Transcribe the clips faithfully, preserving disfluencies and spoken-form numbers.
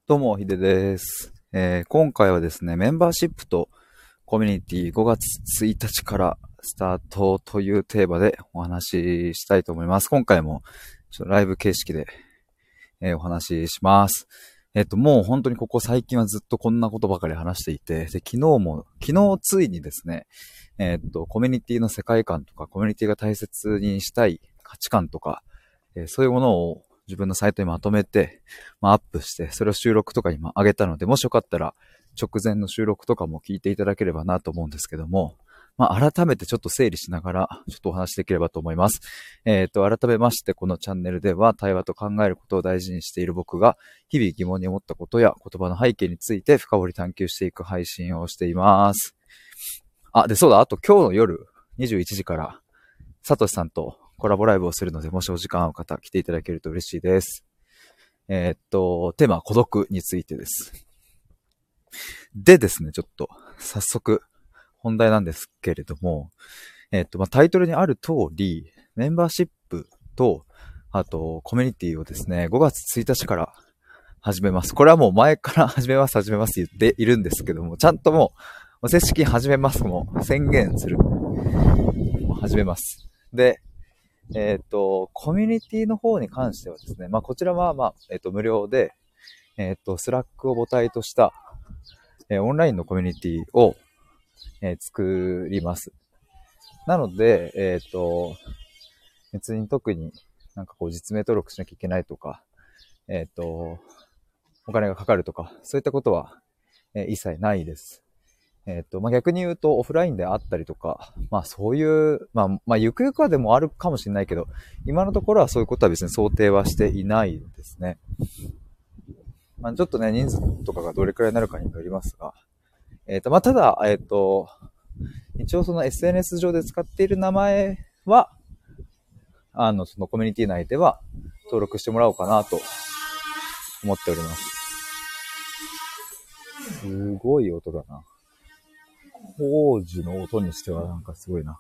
どうも、ヒデです。えー今回はですね、メンバーシップとコミュニティごがつついたちからスタートというテーマでお話ししたいと思います。今回もちょっとライブ形式で、えーお話しします。えっと、もう本当にここ最近はずっとこんなことばかり話していて、で、昨日も、昨日ついにですね、えっと、コミュニティの世界観とか、コミュニティが大切にしたい価値観とか、えーそういうものを自分のサイトにまとめて、まあ、アップして、それを収録とかにも上げたので、もしよかったら直前の収録とかも聞いていただければなと思うんですけども、まあ、改めてちょっと整理しながら、ちょっとお話しできればと思います。えっと、改めまして、このチャンネルでは、対話と考えることを大事にしている僕が、日々疑問に思ったことや言葉の背景について深掘り探求していく配信をしています。あ、で、そうだ、あと今日の夜、にじゅういちじから、サトシさんとコラボライブをするので、もしお時間ある方、来ていただけると嬉しいです。えーっと、テーマは孤独についてです。でですね、ちょっと、早速、本題なんですけれども、えーっと、まあ、タイトルにある通り、メンバーシップと、あと、コミュニティをですね、ごがつついたちから始めます。これはもう前から始めます、始めますって言っているんですけども、ちゃんともう、正式に始めますも宣言する。もう始めます。で、えっと、コミュニティの方に関してはですね、まあ、こちらは、まあ、えっと、無料で、えっと、スラックを母体とした、えーオンラインのコミュニティを、えー作ります。なので、えっと、別に特になんかこう実名登録しなきゃいけないとか、えっと、お金がかかるとか、そういったことは、えー一切ないです。えっと、まあ、逆に言うとオフラインであったりとか、まあそういう、まあ、まあゆくゆくはでもあるかもしれないけど、今のところはそういうことは別に想定はしていないですね。まあ、ちょっとね、人数とかがどれくらいになるかによりますが、えっと、まあ、ただ、えっと、一応その エスエヌエス 上で使っている名前は、あの、そのコミュニティ内では登録してもらおうかなと思っております。すごい音だな。工事の音にしてはなんかすごいな。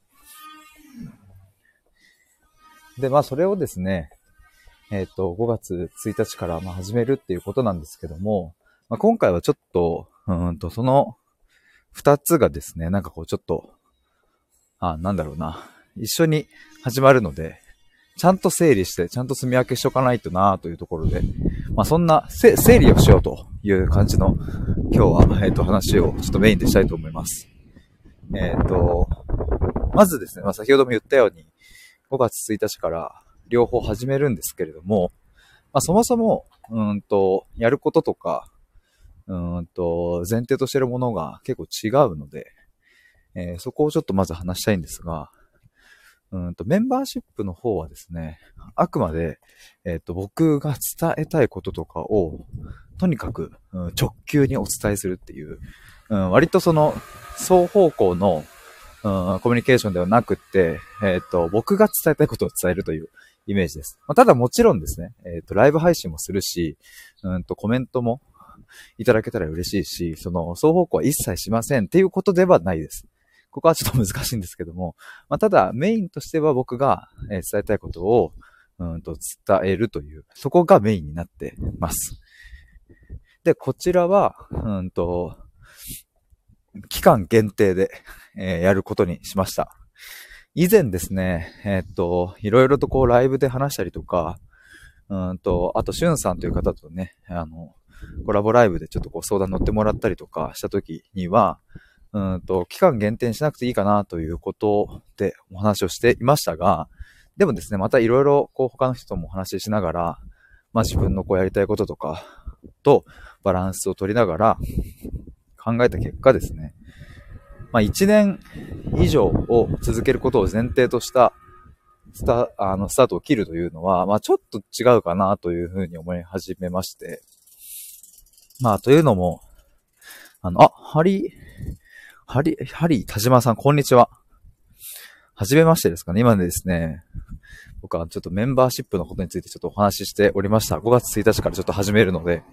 で、まあ、それをですね、えっと、ごがつついたちからまあ始めるっていうことなんですけども、まあ、今回はちょっと、うーんと、その二つがですね、なんかこうちょっと、あ、なんだろうな、一緒に始まるので、ちゃんと整理して、ちゃんと住み分けしとかないとなというところで、まあそんなせ整理をしようという感じの今日は、えっと、話をちょっとメインでしたいと思います。えっと、まずですね、まあ先ほども言ったように、ごがつついたちから両方始めるんですけれども、まあそもそも、うーんと、やることとか、うーんと、前提としているものが結構違うので、えーそこをちょっとまず話したいんですが、うーんと、メンバーシップの方はですね、あくまで、えっと、僕が伝えたいこととかを、とにかく、うん直球にお伝えするっていう、うん、割とその、双方向の、うん、コミュニケーションではなくって、えっと、僕が伝えたいことを伝えるというイメージです。まあ、ただもちろんですね、えっと、ライブ配信もするし、うんと、コメントもいただけたら嬉しいし、その、双方向は一切しませんっていうことではないです。ここはちょっと難しいんですけども、まあ、ただメインとしては僕がえー伝えたいことをうんと伝えるという、そこがメインになってます。で、こちらは、うんと、期間限定で、えーやることにしました。以前ですね、えーっと、いろいろとこうライブで話したりとか、うんと、あと、しゅんさんという方とね、あの、コラボライブでちょっとこう相談乗ってもらったりとかした時には、うんと、期間限定にしなくていいかなということでお話をしていましたが、でもですね、またいろいろこう他の人ともお話ししながら、まあ自分のこうやりたいこととかとバランスを取りながら考えた結果ですね、まあいちねん以上を続けることを前提としたスタ、あの、スタートを切るというのは、まあちょっと違うかなというふうに思い始めまして、まあというのも、あの、あ、ハリー、ハリー、ハリー、田島さん、こんにちは。はじめましてですかね。今ですね、僕はちょっとメンバーシップのことについてちょっとお話ししておりました。ごがつついたちからちょっと始めるので、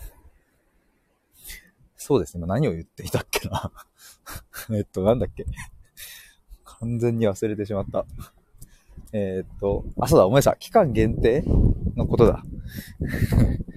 そうですね。今何を言っていたっけな。えっと、なんだっけ。完全に忘れてしまった。えーっと、あ、そうだ、思い出した。期間限定のことだ。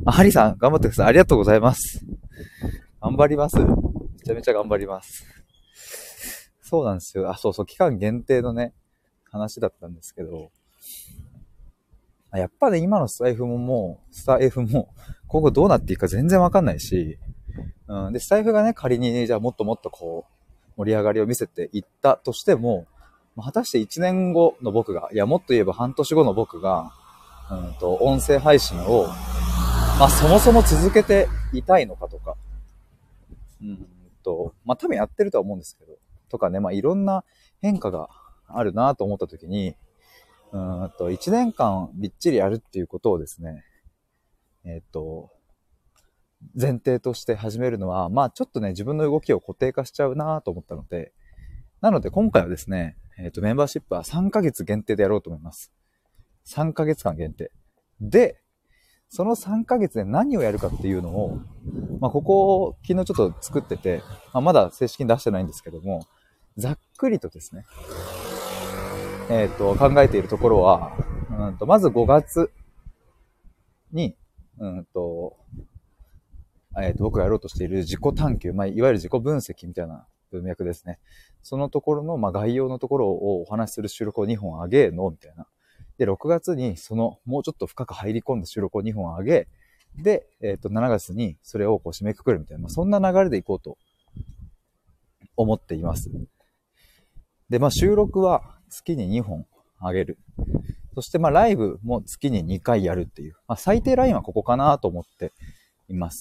あ、ハリさん、頑張ってください。ありがとうございます。頑張ります。めちゃめちゃ頑張ります。そうなんですよ。あ、そうそう、期間限定のね、話だったんですけど、やっぱね、今のスタイフももう、スタイフも、今後どうなっていくか全然わかんないし、うん、で、スタイフがね、仮に、じゃあもっともっとこう、盛り上がりを見せていったとしても、果たしていちねんごの僕が、いや、もっと言えば半年後の僕が、うんと、音声配信を、まあ、そもそも続けていたいのかとか、うんと、まあ、多分やってるとは思うんですけど、とかね、まあ、いろんな変化があるなと思ったときに、うんと、いちねんかんびっちりやるっていうことをですね、えっと、前提として始めるのは、まあちょっとね、自分の動きを固定化しちゃうなと思ったので、なので今回はですね、えっと、メンバーシップはさんかげつ限定でやろうと思います。さんかげつかん限定。で、そのさんかげつで何をやるかっていうのを、まあここを昨日ちょっと作ってて、まあ、まだ正式に出してないんですけども、ざっくりとですね、えっと、考えているところは、うんと、まずごがつに、うんと、えっと、僕がやろうとしている自己探求、まあ、いわゆる自己分析みたいな文脈ですね。そのところの、まあ、概要のところをお話しする収録をにほんあげの、みたいな。で、ろくがつにその、もうちょっと深く入り込んだ収録をにほんあげ、で、えっと、しちがつにそれをこう締めくくるみたいな、まあ、そんな流れでいこうと思っています。で、まあ、収録は月ににほんあげる。そして、まあ、ライブも月ににかいやるっていう。まあ、最低ラインはここかなと思っています。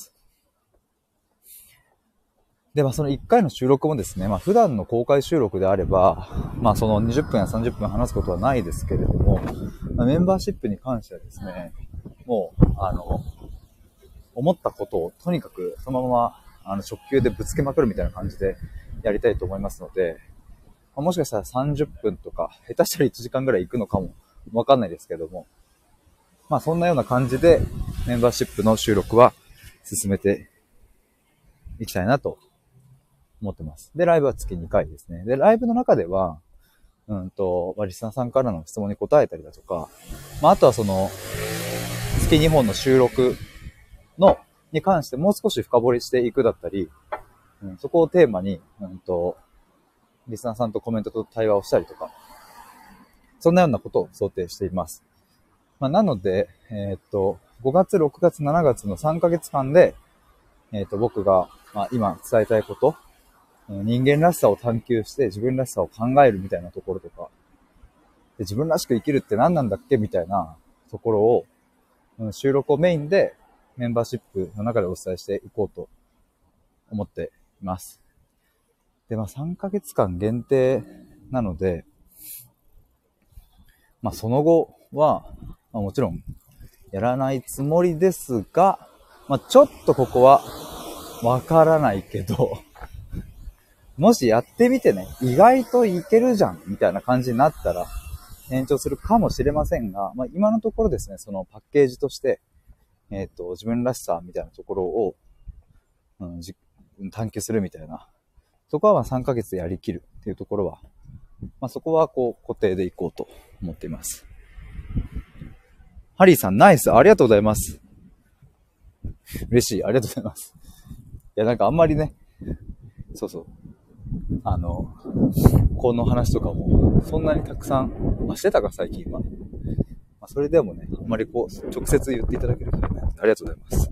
で、まあそのいっかいの収録もですね、まあ普段の公開収録であれば、まあそのにじゅっぷんやさんじゅっぷん話すことはないですけれども、まあ、メンバーシップに関してはですね、もう、あの、思ったことをとにかくそのまま、あの、直球でぶつけまくるみたいな感じでやりたいと思いますので、まあ、もしかしたらさんじゅっぷんとか、下手したらいちじかんぐらい行くのかもわかんないですけども、まあそんなような感じでメンバーシップの収録は進めていきたいなと思ってます。で、ライブは月にかいですね。で、ライブの中では、うんと、リスナーさんからの質問に答えたりだとか、まあ、あとはその、月にほんの収録の、に関してもう少し深掘りしていくだったり、うん、そこをテーマに、うんと、リスナーさんとコメントと対話をしたりとか、そんなようなことを想定しています。まあ、なので、えー、っと、ごがつ、ろくがつ、しちがつのさんかげつかんで、えー、っと、僕が、まあ、今伝えたいこと、人間らしさを探求して自分らしさを考えるみたいなところとか、で自分らしく生きるって何なんだっけみたいなところを、うん、収録をメインでメンバーシップの中でお伝えしていこうと思っています。で、まあさんかげつかん限定なので、まあその後は、まあ、もちろんやらないつもりですが、まあちょっとここはわからないけど、もしやってみてね、意外といけるじゃん、みたいな感じになったら、延長するかもしれませんが、まあ今のところですね、そのパッケージとして、えっと、自分らしさみたいなところを、うん、じ探求するみたいな。そこはまあさんかげつでやりきるっていうところは、まあそこはこう固定でいこうと思っています。ハリーさん、ナイス、ありがとうございます。嬉しい、ありがとうございます。いや、なんかあんまりね、そうそう。あの、この話とかも、そんなにたくさん、まあ、してたか最近は。まあ、それでもね、あんまりこう、直接言っていただけるとね、ありがとうございます。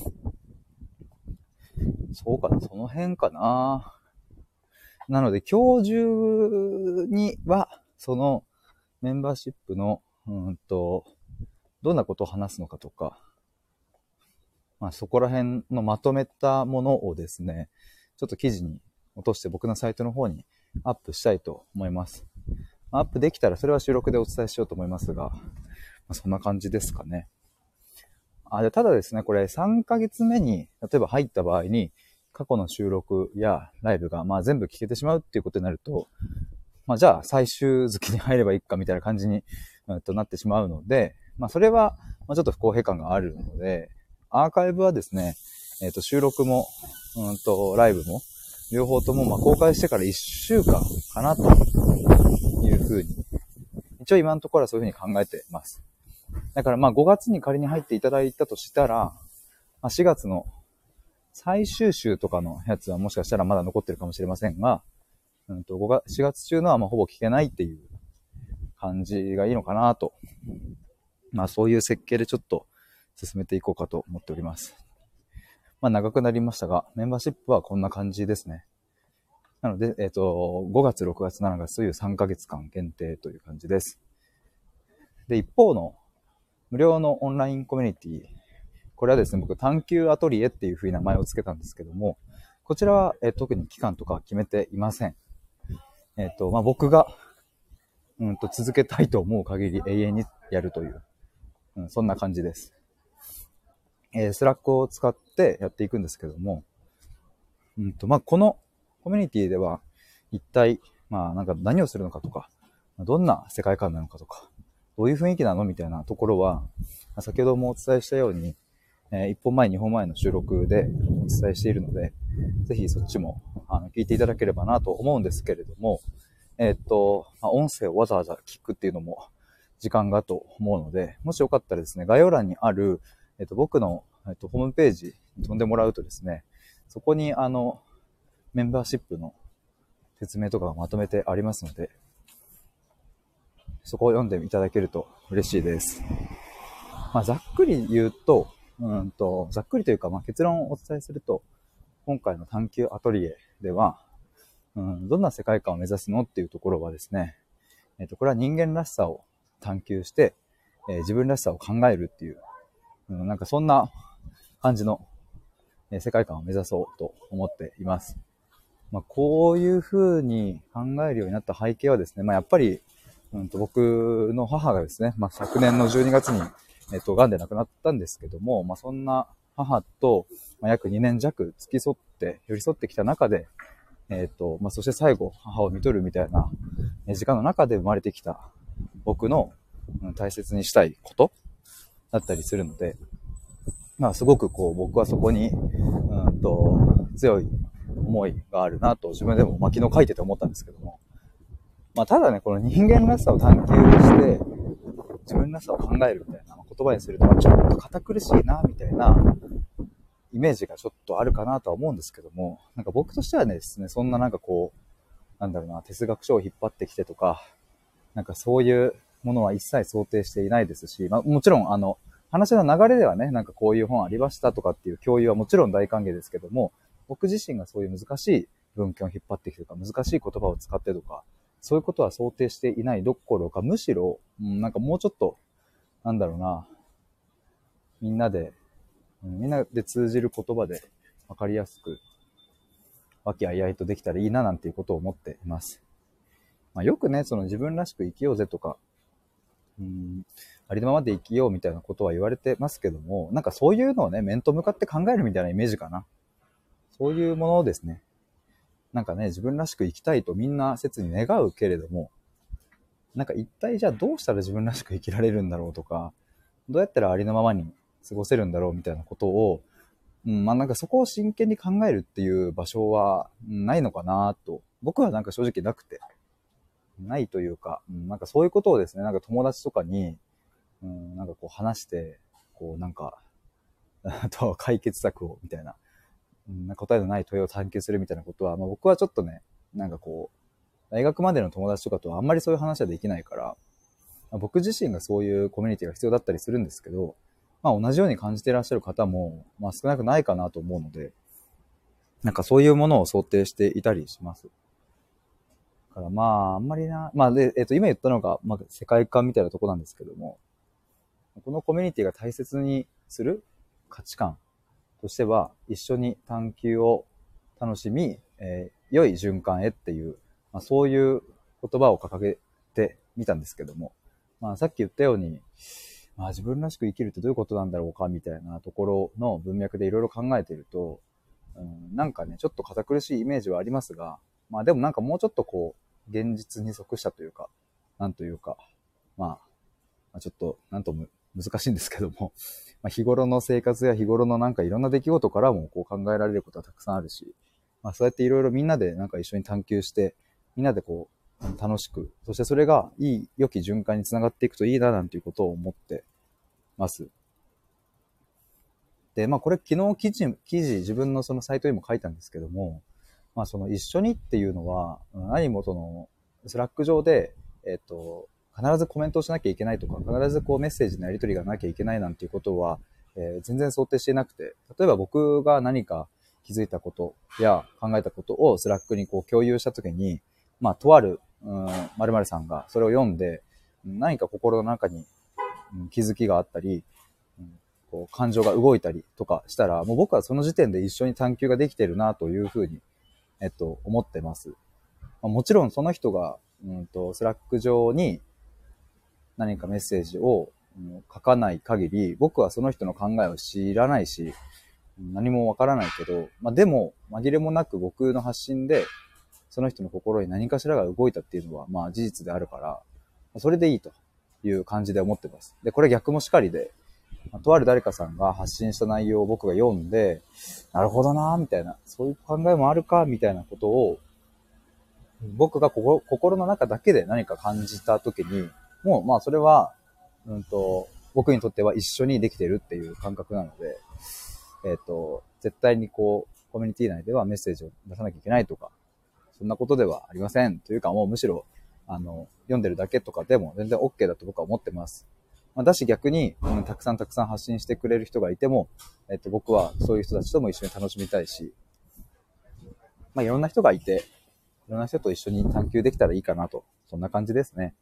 そうかな、その辺かな。なので、今日中には、その、メンバーシップの、うんと、どんなことを話すのかとか、まあ、そこら辺のまとめたものをですね、ちょっと記事に落として僕のサイトの方にアップしたいと思います。アップできたらそれは収録でお伝えしようと思いますが、まあ、そんな感じですかね。あ、でただですね、これさんかげつめに例えば入った場合に過去の収録やライブがまあ全部聞けてしまうっていうことになると、まあじゃあ最終月に入ればいいかみたいな感じに、うん、となってしまうので、まあそれはまあちょっと不公平感があるので、アーカイブはですね、えっと収録も、うんとライブも両方ともまあ公開してからいっしゅうかんかなというふうに、一応今のところはそういうふうに考えてます。だからまあごがつに仮に入っていただいたとしたら、 まあ、しがつの最終週とかのやつはもしかしたらまだ残ってるかもしれませんが、うんとごがつしがつ中のはまあほぼ聞けないっていう感じがいいのかなと。まあそういう設計でちょっと進めていこうかと思っております。まあ長くなりましたが、メンバーシップはこんな感じですね。なので、えっと、ごがつ、ろくがつ、しちがつというさんかげつかん限定という感じです。で、一方の無料のオンラインコミュニティ、これはですね、僕探求アトリエっていう風に名前を付けたんですけども、こちらは、え特に期間とか決めていません。えっと、まあ、僕が、うんと続けたいと思う限り永遠にやるという、うん、そんな感じです。えー、スラックを使ってやっていくんですけども、うんと、まあ、このコミュニティでは一体、まあ、なんか何をするのかとか、どんな世界観なのかとか、どういう雰囲気なのみたいなところは、先ほどもお伝えしたように、えー、いっぽんまえ、にほんまえの収録でお伝えしているので、ぜひそっちもあの聞いていただければなと思うんですけれども、えーっと、まあ、音声をわざわざ聞くっていうのも時間がと思うので、もしよかったらですね、概要欄にある、えーっと、僕の、えーっと、ホームページに飛んでもらうとですね、そこにあの、メンバーシップの説明とかがまとめてありますので、そこを読んでいただけると嬉しいです。まあ、ざっくり言うと、うんと、ざっくりというか、まあ、結論をお伝えすると、今回の探求アトリエでは、うん、どんな世界観を目指すのっていうところはですね、えっと、これは人間らしさを探求して、えー、自分らしさを考えるっていう、うん、なんかそんな感じの、えー、世界観を目指そうと思っています。まあ、こういう風に考えるようになった背景はですね、まあ、やっぱり、うんと、僕の母がですね、まあ、昨年のじゅうにがつに、えっと、癌で亡くなったんですけども、まあ、そんな母と、まあ、約にねん弱付き添って、寄り添ってきた中で、えっと、まあ、そして最後、母を見とるみたいな時間の中で生まれてきた僕の、うん、大切にしたいことだったりするので、まあ、すごくこう、僕はそこに、うんと、強い思いがあるなと自分でも、まあ、昨日書いてて思ったんですけども、まあ、ただね、この人間らしさを探求して、自分らしさを考えるみたいな言葉にすると、ちょっと堅苦しいな、みたいなイメージがちょっとあるかなとは思うんですけども、なんか僕としてはねですね、そんななんかこう、なんだろうな、哲学書を引っ張ってきてとか、なんかそういうものは一切想定していないですし、まあもちろんあの、話の流れではね、なんかこういう本ありましたとかっていう共有はもちろん大歓迎ですけども、僕自身がそういう難しい文献を引っ張ってきてとか、難しい言葉を使ってとか、そういうことは想定していないどころか、むしろ、うん、なんかもうちょっと、なんだろうな、みんなで、うん、みんなで通じる言葉で分かりやすく、和気あいあいとできたらいいななんていうことを思っています。まあ、よくね、その自分らしく生きようぜとか、うん、ありのままで生きようみたいなことは言われてますけども、なんかそういうのをね、面と向かって考えるみたいなイメージかな。そういうものですね。なんかね、自分らしく生きたいとみんな切に願うけれども、なんか一体じゃあどうしたら自分らしく生きられるんだろうとか、どうやったらありのままに過ごせるんだろうみたいなことを、うん、まあなんかそこを真剣に考えるっていう場所はないのかなと、僕はなんか正直なくて、ないというか、うん、なんかそういうことをですね、なんか友達とかに、うん、なんかこう話して、こうなんか、あとは解決策をみたいな、うん、答えのない問いを探求するみたいなことは、まあ、僕はちょっとね、なんかこう、大学までの友達とかとはあんまりそういう話はできないから、まあ、僕自身がそういうコミュニティが必要だったりするんですけど、まあ同じように感じていらっしゃる方も、まあ少なくないかなと思うので、なんかそういうものを想定していたりします。だからまあ、あんまりな、まあで、えっと、今言ったのが、まあ世界観みたいなとこなんですけども、このコミュニティが大切にする価値観としては、一緒に探求を楽しみ、えー、良い循環へっていう、まあ、そういう言葉を掲げてみたんですけども、まあさっき言ったように、まあ自分らしく生きるってどういうことなんだろうかみたいなところの文脈でいろいろ考えていると、うん、なんかね、ちょっと堅苦しいイメージはありますが、まあでもなんかもうちょっとこう、現実に即したというか、なんというか、まあ、まあ、ちょっと、なんとも難しいんですけども、まあ、日頃の生活や日頃のなんかいろんな出来事からもこう考えられることはたくさんあるし、まあそうやっていろいろみんなでなんか一緒に探求して、みんなでこう、楽しく、そしてそれがいい、良き循環につながっていくといいななんていうことを思ってます。 で、まあこれ昨日記事、記事自分のそのサイトにも書いたんですけども、まあその一緒にっていうのは、何もその、スラック上で、えっと、必ずコメントをしなきゃいけないとか、必ずこうメッセージのやり取りがなきゃいけないなんていうことは、えー、全然想定していなくて、例えば僕が何か気づいたことや考えたことをスラックにこう共有したときに、まあとある、うん、〇〇さんがそれを読んで、何か心の中に、うん、気づきがあったり、こう感情が動いたりとかしたら、もう僕はその時点で一緒に探求ができてるなというふうに、えっと、思ってます。もちろんその人が、うんと、スラック上に何かメッセージを書かない限り、僕はその人の考えを知らないし、何もわからないけど、まあでも、紛れもなく僕の発信で、その人の心に何かしらが動いたっていうのは、まあ事実であるから、それでいいという感じで思ってます。で、これ逆もしかりで、とある誰かさんが発信した内容を僕が読んで、なるほどなみたいな、そういう考えもあるかみたいなことを、僕が心、心の中だけで何か感じたときに、もうまあそれは、うんと、僕にとっては一緒にできてるっていう感覚なので、えっと、絶対にこう、コミュニティ内ではメッセージを出さなきゃいけないとか、そんなことではありません。というかもうむしろ、あの、読んでるだけとかでも全然 OK だと僕は思ってます。まあ、だし逆に、うん、たくさんたくさん発信してくれる人がいても、えっと、僕はそういう人たちとも一緒に楽しみたいし、まあ、いろんな人がいて、いろんな人と一緒に探求できたらいいかなと、そんな感じですね。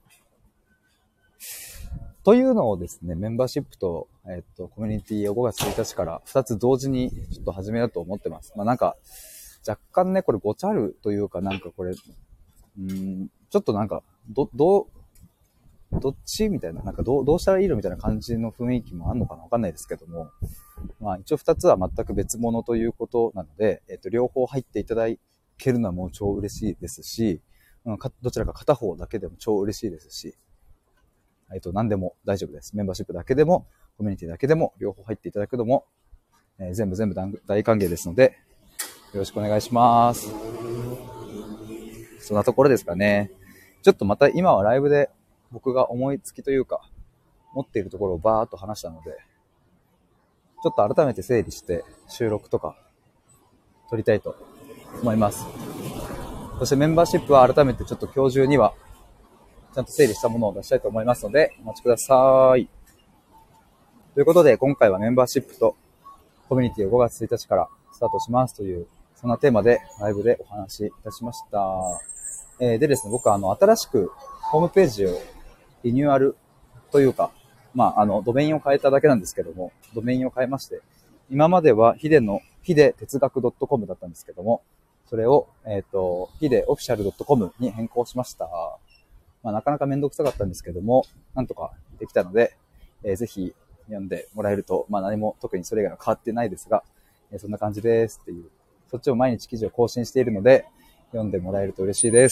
というのをですね、メンバーシップと、えっと、コミュニティをごがつついたちからふたつ同時にちょっと始めようと思ってます。まあなんか、若干ね、これごちゃるというかなんかこれ、うーん、ちょっとなんか、ど、どう、どっちみたいな、なんかどう、どうしたらいいのみたいな感じの雰囲気もあるのかなわかんないですけども、まあ一応二つは全く別物ということなので、えっと、両方入っていただけるのはもう超嬉しいですし、うん、かどちらか片方だけでも超嬉しいですし、えっと、何でも大丈夫です。メンバーシップだけでも、コミュニティだけでも、両方入っていただくのも、えー、全部全部大歓迎ですので、よろしくお願いします。そんなところですかね。ちょっとまた今はライブで僕が思いつきというか、持っているところをバーっと話したので、ちょっと改めて整理して収録とか撮りたいと思います。そしてメンバーシップは改めてちょっと今日中にはちゃんと整理したものを出したいと思いますので、お待ちください。ということで、今回はメンバーシップとコミュニティをごがつついたちからスタートしますという、そんなテーマでライブでお話しいたしました。えー、でですね、僕はあの、新しくホームページをリニューアルというか、まあ、あの、ドメインを変えただけなんですけども、ドメインを変えまして、今まではヒデの、ヒデ哲学 .com だったんですけども、それを、えっと、ヒデオフィシャル .com に変更しました。まあ、なかなかめんどくさかったんですけども、なんとかできたので、えー、ぜひ読んでもらえると、まあ何も特にそれ以外は変わってないですが、えー、そんな感じですっていう、そっちを毎日記事を更新しているので、読んでもらえると嬉しいです。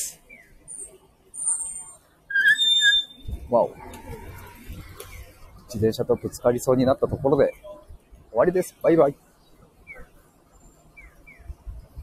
わお。自転車とぶつかりそうになったところで、終わりです。バイバイ。